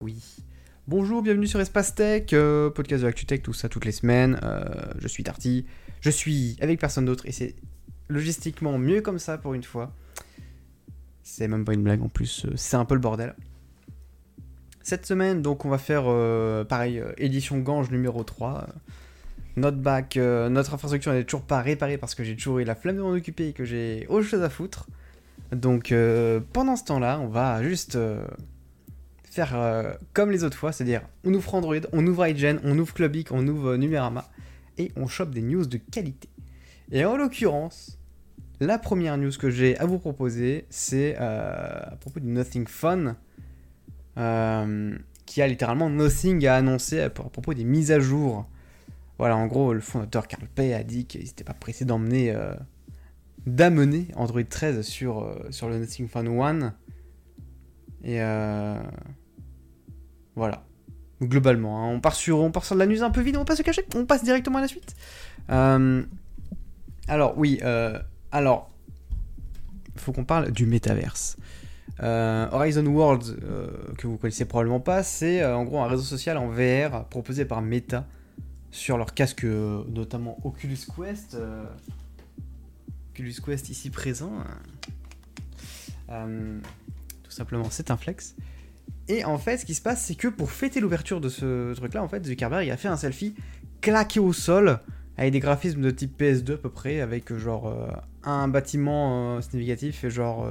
Oui. Bonjour, bienvenue sur Espace Tech, podcast de l'ActuTech, tout ça toutes les semaines. Je suis Darty, je suis avec personne d'autre et c'est logistiquement mieux comme ça pour une fois. C'est même pas une blague en plus, c'est un peu le bordel. Cette semaine, donc on va faire pareil, édition Gange numéro 3. Notre bac, notre infrastructure n'est toujours pas réparée parce que j'ai toujours eu la flemme de m'en occuper et que j'ai autre chose à foutre. Donc pendant ce temps-là, on va juste faire comme les autres fois, c'est-à-dire on ouvre Android, on ouvre iGen, on ouvre Clubic, on ouvre Numérama et on chope des news de qualité. Et en l'occurrence, la première news que j'ai à vous proposer, c'est à propos du Nothing Fun, qui a littéralement nothing à annoncer à propos des mises à jour. Voilà, en gros, le fondateur Carl Pei a dit qu'il n'était pas pressé d'amener Android 13 sur le Nothing Fun One. Et voilà. Globalement, hein. on part sur de la news un peu vide, on va pas se cacher, on passe directement à la suite. Alors, oui, faut qu'on parle du métaverse. Horizon Worlds, que vous connaissez probablement pas, c'est en gros un réseau social en VR proposé par Meta sur leur casque, notamment Oculus Quest. Oculus Quest ici présent. Tout simplement, c'est un flex. Et en fait, ce qui se passe, c'est que pour fêter l'ouverture de ce truc-là, en fait, Zuckerberg il a fait un selfie claqué au sol avec des graphismes de type PS2 à peu près, avec genre un bâtiment significatif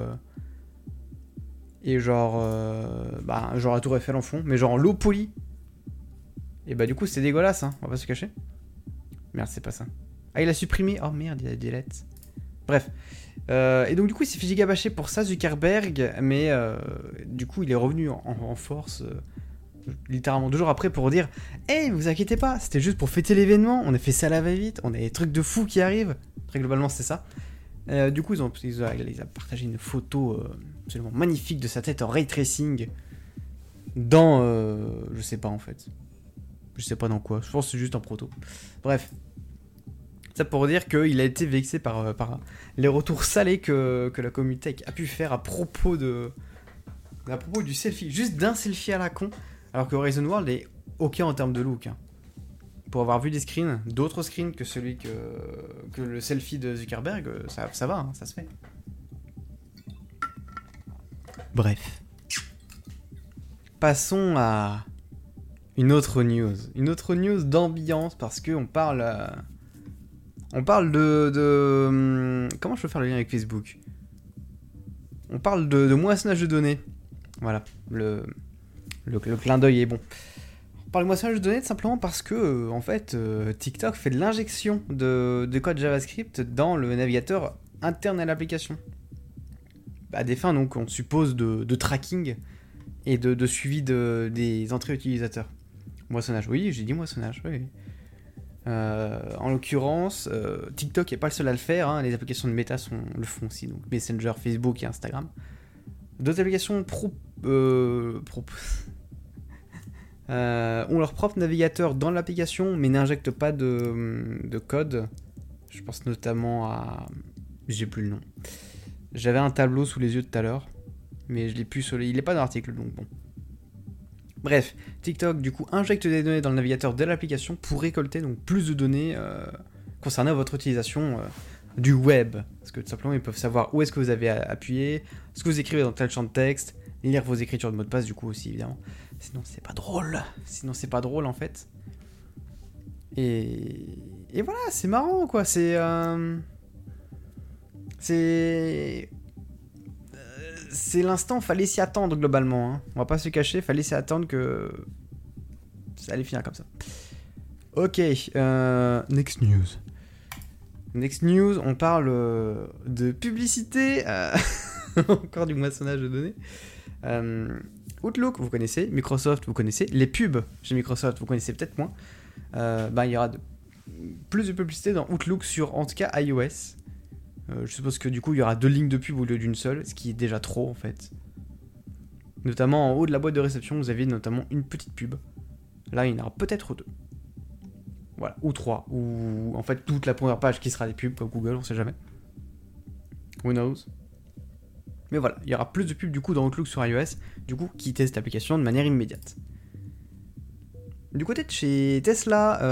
et genre la Tour Eiffel en fond, mais genre en low poly. Et bah du coup, c'est dégueulasse, hein, on va pas se cacher. Merde, c'est pas ça. Ah, il a supprimé. Oh merde, il a delete. Bref. Et donc du coup il s'est fait gigabâcher pour ça Zuckerberg, mais du coup il est revenu en force littéralement 2 jours après pour dire hey, vous inquiétez pas, c'était juste pour fêter l'événement, on a fait ça à la va-vite, on a des trucs de fous qui arrivent. Très globalement c'est ça. Du coup il a partagé une photo absolument magnifique de sa tête en ray tracing dans je sais pas en fait, je sais pas dans quoi, je pense que c'est juste en proto. Bref, ça pour dire qu'il a été vexé par les retours salés que la communauté a pu faire à propos du selfie. Juste d'un selfie à la con. Alors que Horizon World est ok en termes de look. Hein. Pour avoir vu des screens, d'autres screens que celui que le selfie de Zuckerberg, ça va, hein, ça se fait. Bref. Passons à une autre news. Une autre news d'ambiance parce qu'on parle... On parle de... Comment je peux faire le lien avec Facebook ? On parle de moissonnage de données. Voilà, le clin d'œil est bon. On parle de moissonnage de données tout simplement parce que, en fait, TikTok fait de l'injection de code JavaScript dans le navigateur interne à l'application. À des fins, donc, on suppose de tracking et de suivi des entrées utilisateurs. Moissonnage, oui, j'ai dit moissonnage, oui. En l'occurrence, TikTok n'est pas le seul à le faire, hein, les applications de Meta le font aussi, donc Messenger, Facebook et Instagram. D'autres applications ont leur propre navigateur dans l'application, mais n'injectent pas de code. Je pense notamment à... J'ai plus le nom. J'avais un tableau sous les yeux tout à l'heure, mais je l'ai plus sur il n'est pas dans l'article, donc bon. Bref, TikTok du coup injecte des données dans le navigateur de l'application pour récolter donc plus de données concernant votre utilisation du web. Parce que tout simplement ils peuvent savoir où est-ce que vous avez appuyé, ce que vous écrivez dans tel champ de texte, lire vos écritures de mots de passe du coup aussi évidemment. Sinon c'est pas drôle en fait. Et voilà, c'est marrant quoi, c'est l'instant, fallait s'y attendre globalement. Hein. On va pas se cacher, fallait s'y attendre que ça allait finir comme ça. Ok, next news. Next news, on parle de publicité, encore du moissonnage de données. Outlook, vous connaissez, Microsoft, vous connaissez, les pubs chez Microsoft, vous connaissez peut-être moins. Il y aura plus de publicité dans Outlook sur, en tout cas, iOS. Je suppose que du coup il y aura 2 lignes de pub au lieu d'une seule, ce qui est déjà trop en fait. Notamment en haut de la boîte de réception, vous avez notamment une petite pub. Là il y en aura peut-être 2. Voilà, ou 3. Ou en fait toute la première page qui sera des pubs comme Google, on sait jamais. Who knows. Mais voilà, il y aura plus de pubs du coup dans Outlook sur iOS, du coup qui teste l'application de manière immédiate. Du côté de chez Tesla,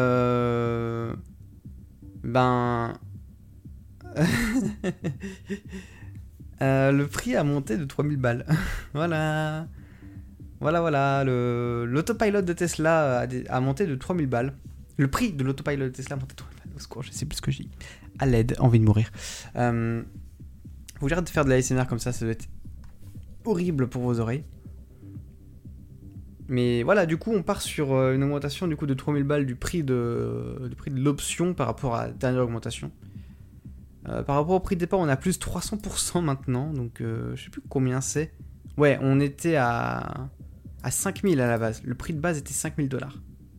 le prix a monté de 3000 balles. Voilà. Voilà. L'autopilot de Tesla a monté de 3000 balles. Le prix de l'autopilot de Tesla a monté de 3000 balles. Au secours, je sais plus ce que j'ai dit. À l'aide, envie de mourir. Faut que j'arrête de faire de la ASMR comme ça doit être horrible pour vos oreilles. Mais voilà, du coup, on part sur une augmentation du coup de 3000 balles du prix de l'option par rapport à la dernière augmentation. Par rapport au prix de départ, on a plus 300% maintenant, donc je sais plus combien c'est. Ouais, on était à 5000 à la base. Le prix de base était 5000 $.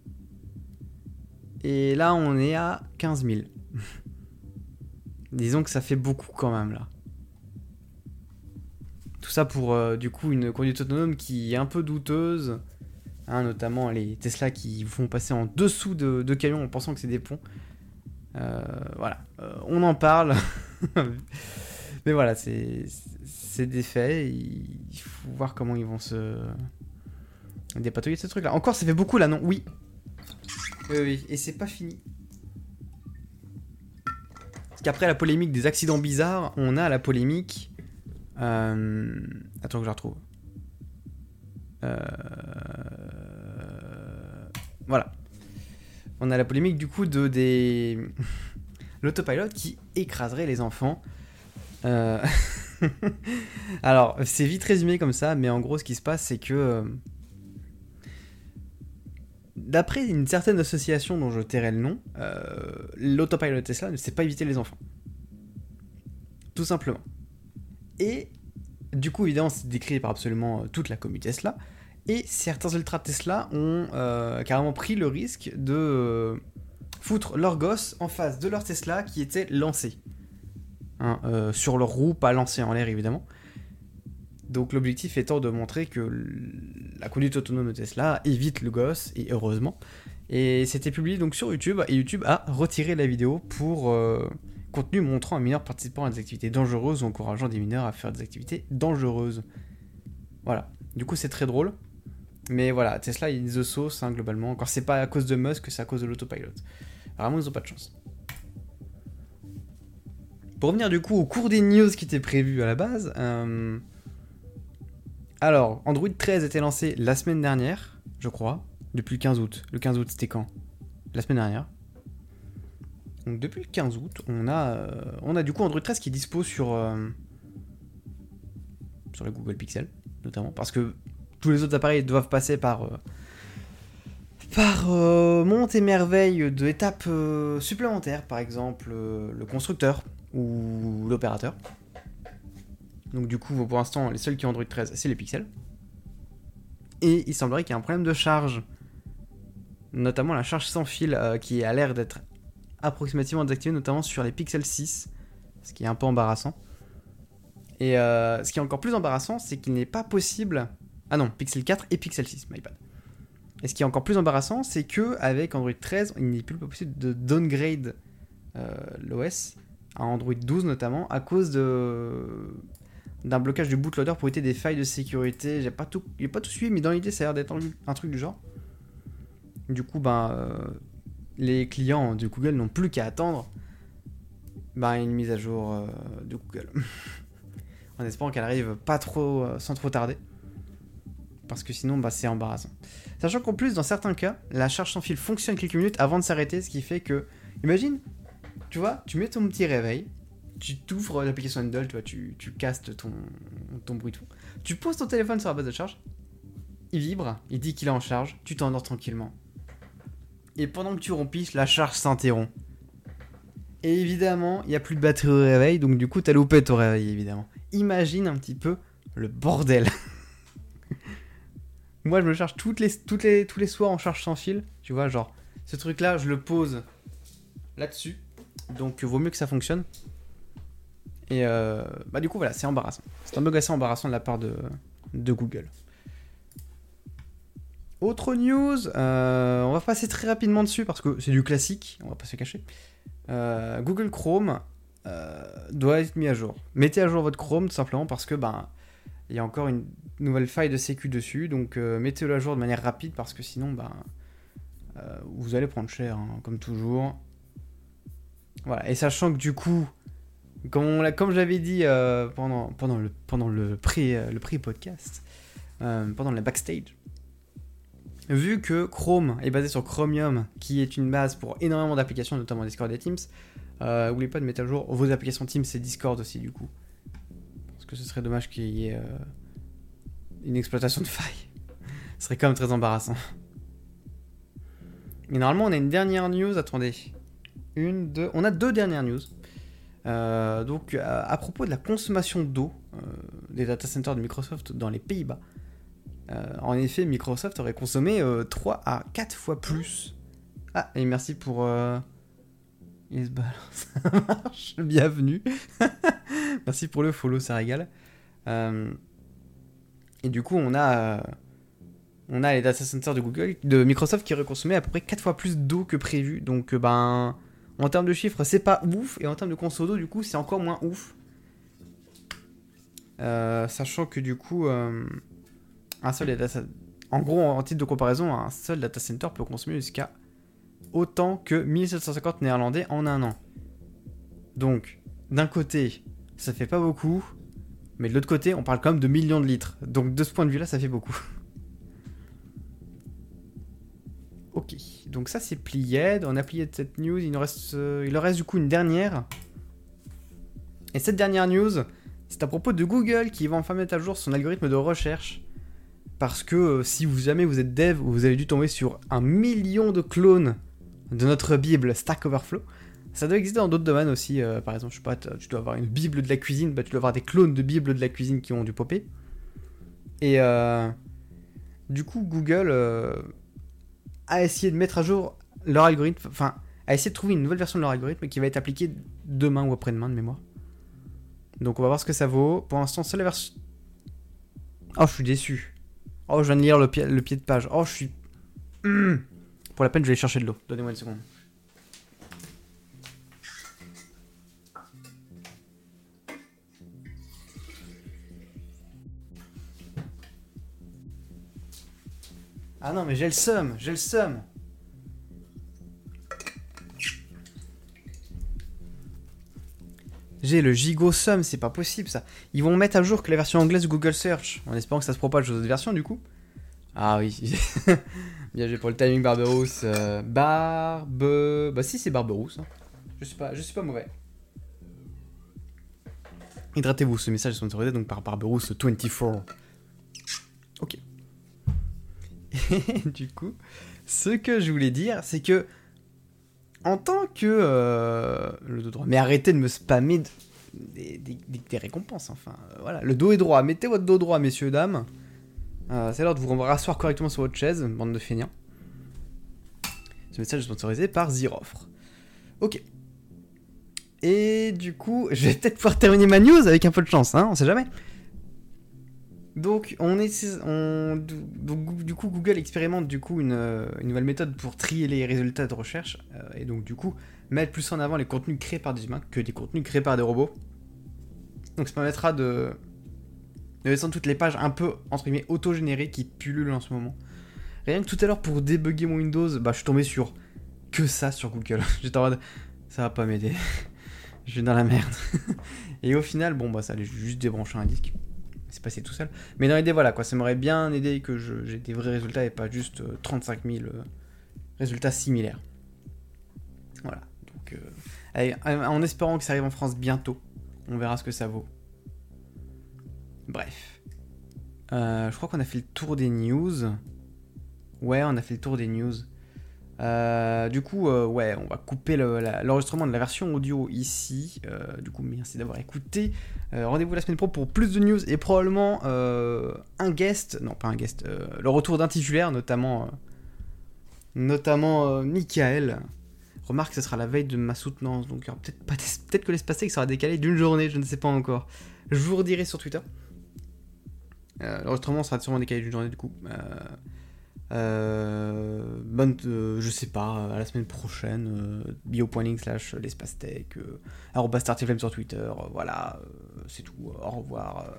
Et là, on est à 15 000. Disons que ça fait beaucoup quand même là. Tout ça pour du coup une conduite autonome qui est un peu douteuse. Hein, notamment les Tesla qui vous font passer en dessous de camions en pensant que c'est des ponts. Voilà, on en parle. Mais voilà, c'est des faits. Il faut voir comment ils vont se dépatouiller de ce truc là. Encore, ça fait beaucoup là, non? Oui. Oui, et c'est pas fini. Parce qu'après la polémique des accidents bizarres, on a la polémique. Attends que je la retrouve. Voilà. On a la polémique du coup l'autopilot qui écraserait les enfants. Alors, c'est vite résumé comme ça, mais en gros, ce qui se passe, c'est que d'après une certaine association dont je tairai le nom, l'autopilot Tesla ne sait pas éviter les enfants. Tout simplement. Et du coup, évidemment, c'est décrit par absolument toute la communauté Tesla. Et certains ultra Tesla ont carrément pris le risque de foutre leur gosse en face de leur Tesla qui était lancé. Hein, sur leur roue, pas lancé en l'air évidemment. Donc l'objectif étant de montrer que la conduite autonome de Tesla évite le gosse, et heureusement. Et c'était publié donc sur YouTube, et YouTube a retiré la vidéo pour contenu montrant un mineur participant à des activités dangereuses ou encourageant des mineurs à faire des activités dangereuses. Voilà. Du coup c'est très drôle. Mais voilà, Tesla il the sauce hein, globalement. Encore c'est pas à cause de Musk, c'est à cause de l'autopilot. Vraiment ils ont pas de chance. Pour revenir du coup au cours des news qui étaient prévues à la base, alors Android 13 était lancé la semaine dernière, je crois, depuis le 15 août. Le 15 août c'était quand? La semaine dernière. Donc depuis le 15 août, on a du coup Android 13 qui est dispo sur le Google Pixel, notamment, parce que tous les autres appareils doivent passer par monte et merveille d'étapes supplémentaires, par exemple le constructeur ou l'opérateur. Donc du coup, pour l'instant, les seuls qui ont Android 13, c'est les Pixels. Et il semblerait qu'il y ait un problème de charge, notamment la charge sans fil, qui a l'air d'être approximativement désactivée, notamment sur les Pixel 6, ce qui est un peu embarrassant. Et ce qui est encore plus embarrassant, c'est qu'il n'est pas possible... Ah non, Pixel 4 et Pixel 6, my bad. Et ce qui est encore plus embarrassant, c'est que avec Android 13, il n'est plus possible de downgrade l'OS à Android 12 notamment, à cause d'un blocage du bootloader pour éviter des failles de sécurité. J'ai pas tout suivi, mais dans l'idée, ça a l'air d'être un truc du genre. Du coup, les clients de Google n'ont plus qu'à attendre une mise à jour de Google. En espérant qu'elle arrive pas trop, sans trop tarder. Parce que sinon, c'est embarrassant. Sachant qu'en plus, dans certains cas, la charge sans fil fonctionne quelques minutes avant de s'arrêter, ce qui fait que... Imagine, tu vois, tu mets ton petit réveil, tu t'ouvres l'application Handle, tu vois, tu castes ton bruit de fond. Tu poses ton téléphone sur la base de charge, il vibre, il dit qu'il est en charge, tu t'endors tranquillement. Et pendant que tu rompisses, la charge s'interrompt. Et évidemment, il n'y a plus de batterie au réveil, donc du coup, t'as loupé ton réveil, évidemment. Imagine un petit peu le bordel. Moi, je me charge tous les soirs en charge sans fil. Tu vois, genre, ce truc-là, je le pose là-dessus. Donc, vaut mieux que ça fonctionne. Et du coup, voilà, c'est embarrassant. C'est un bug assez embarrassant de la part de Google. Autre news, on va passer très rapidement dessus parce que c'est du classique, on va pas se cacher. Google Chrome doit être mis à jour. Mettez à jour votre Chrome tout simplement parce que il y a encore une nouvelle faille de sécu dessus, donc mettez-le à jour de manière rapide parce que sinon vous allez prendre cher, hein, comme toujours. Voilà, et sachant que du coup, comme j'avais dit pendant le pré-podcast, pendant le backstage, vu que Chrome est basé sur Chromium, qui est une base pour énormément d'applications, notamment Discord et Teams, n'oubliez pas de mettre à jour vos applications Teams et Discord aussi du coup. Parce que ce serait dommage qu'il y ait une exploitation de faille. Ce serait quand même très embarrassant. Mais normalement on a une dernière news, attendez. On a 2 dernières news. Donc à propos de la consommation d'eau des data centers de Microsoft dans les Pays-Bas. En effet, Microsoft aurait consommé 3 à 4 fois plus. Ah, et merci pour... Isbal, ça marche, bienvenue. Merci pour le follow, ça régale. Et du coup, on a les data centers de Microsoft qui auraient consommé à peu près 4 fois plus d'eau que prévu. Donc, en termes de chiffres, c'est pas ouf. Et en termes de conso d'eau, du coup, c'est encore moins ouf. Sachant que du coup... en gros, en titre de comparaison, un seul data center peut consommer jusqu'à autant que 1750 néerlandais en un an. Donc, d'un côté, ça fait pas beaucoup, mais de l'autre côté, on parle quand même de millions de litres. Donc, de ce point de vue-là, ça fait beaucoup. Ok, donc ça c'est plié. On a plié de cette news. Il en reste du coup une dernière. Et cette dernière news, c'est à propos de Google qui va enfin mettre à jour son algorithme de recherche. Parce que si jamais vous êtes dev, vous avez dû tomber sur 1 million de clones de notre Bible Stack Overflow. Ça doit exister dans d'autres domaines aussi. Par exemple, je sais pas, tu dois avoir une Bible de la cuisine, tu dois avoir des clones de Bible de la cuisine qui ont dû popper. Et du coup, Google a essayé de mettre à jour leur algorithme, enfin, a essayé de trouver une nouvelle version de leur algorithme qui va être appliquée demain ou après-demain de mémoire. Donc on va voir ce que ça vaut. Pour l'instant, c'est la version... Oh, je suis déçu. Oh, je viens de lire le pied de page. Oh, je suis... Pour la peine, je vais aller chercher de l'eau. Donnez-moi une seconde. Ah non, mais j'ai le seum. J'ai le gigot seum, c'est pas possible ça. Ils vont mettre à jour que la version anglaise de Google Search, en espérant que ça se propage aux autres versions du coup. Ah oui. Bien joué pour le timing Barberousse. Bah si, c'est Barberousse. Hein. Je suis pas mauvais. Hydratez-vous, ce message est sponsorisé donc par Barberousse 24. Ok. Et du coup, ce que je voulais dire, c'est que en tant que le dos droit, mais arrêtez de me spammer des récompenses, enfin, voilà, le dos est droit, mettez votre dos droit, messieurs, dames. C'est l'heure de vous rasseoir correctement sur votre chaise, bande de feignants. Ce message est sponsorisé par Zirofre. Ok. Et du coup, je vais peut-être pouvoir terminer ma news avec un peu de chance, hein, on sait jamais. Donc, du coup, Google expérimente du coup une nouvelle méthode pour trier les résultats de recherche et donc du coup mettre plus en avant les contenus créés par des humains que des contenus créés par des robots. Donc, ça permettra de descendre toutes les pages un peu entre guillemets auto-générées qui pullulent en ce moment. Rien que tout à l'heure pour débugger mon Windows, je suis tombé sur que ça sur Google. J'étais en mode ça va pas m'aider, je vais dans la merde. Et au final, ça allait juste débrancher un disque. C'est passé tout seul. Mais dans l'idée, voilà, quoi, ça m'aurait bien aidé que j'ai des vrais résultats et pas juste 35 000 résultats similaires. Voilà. Donc, en espérant que ça arrive en France bientôt, on verra ce que ça vaut. Bref. Je crois qu'on a fait le tour des news. Ouais, on a fait le tour des news. Du coup, on va couper l'enregistrement de la version audio ici. Du coup, merci d'avoir écouté. Rendez-vous la semaine pro pour plus de news et probablement un guest. Non, pas un guest. Le retour d'un titulaire, notamment Michael. Remarque, ce sera la veille de ma soutenance. Donc, peut-être que l'espace sera décalé d'une journée, je ne sais pas encore. Je vous redirai sur Twitter. L'enregistrement sera sûrement décalé d'une journée, du coup. Je sais pas, à la semaine prochaine. bio.link/l'espace tech. @startiflame sur Twitter. Voilà, c'est tout. Au revoir.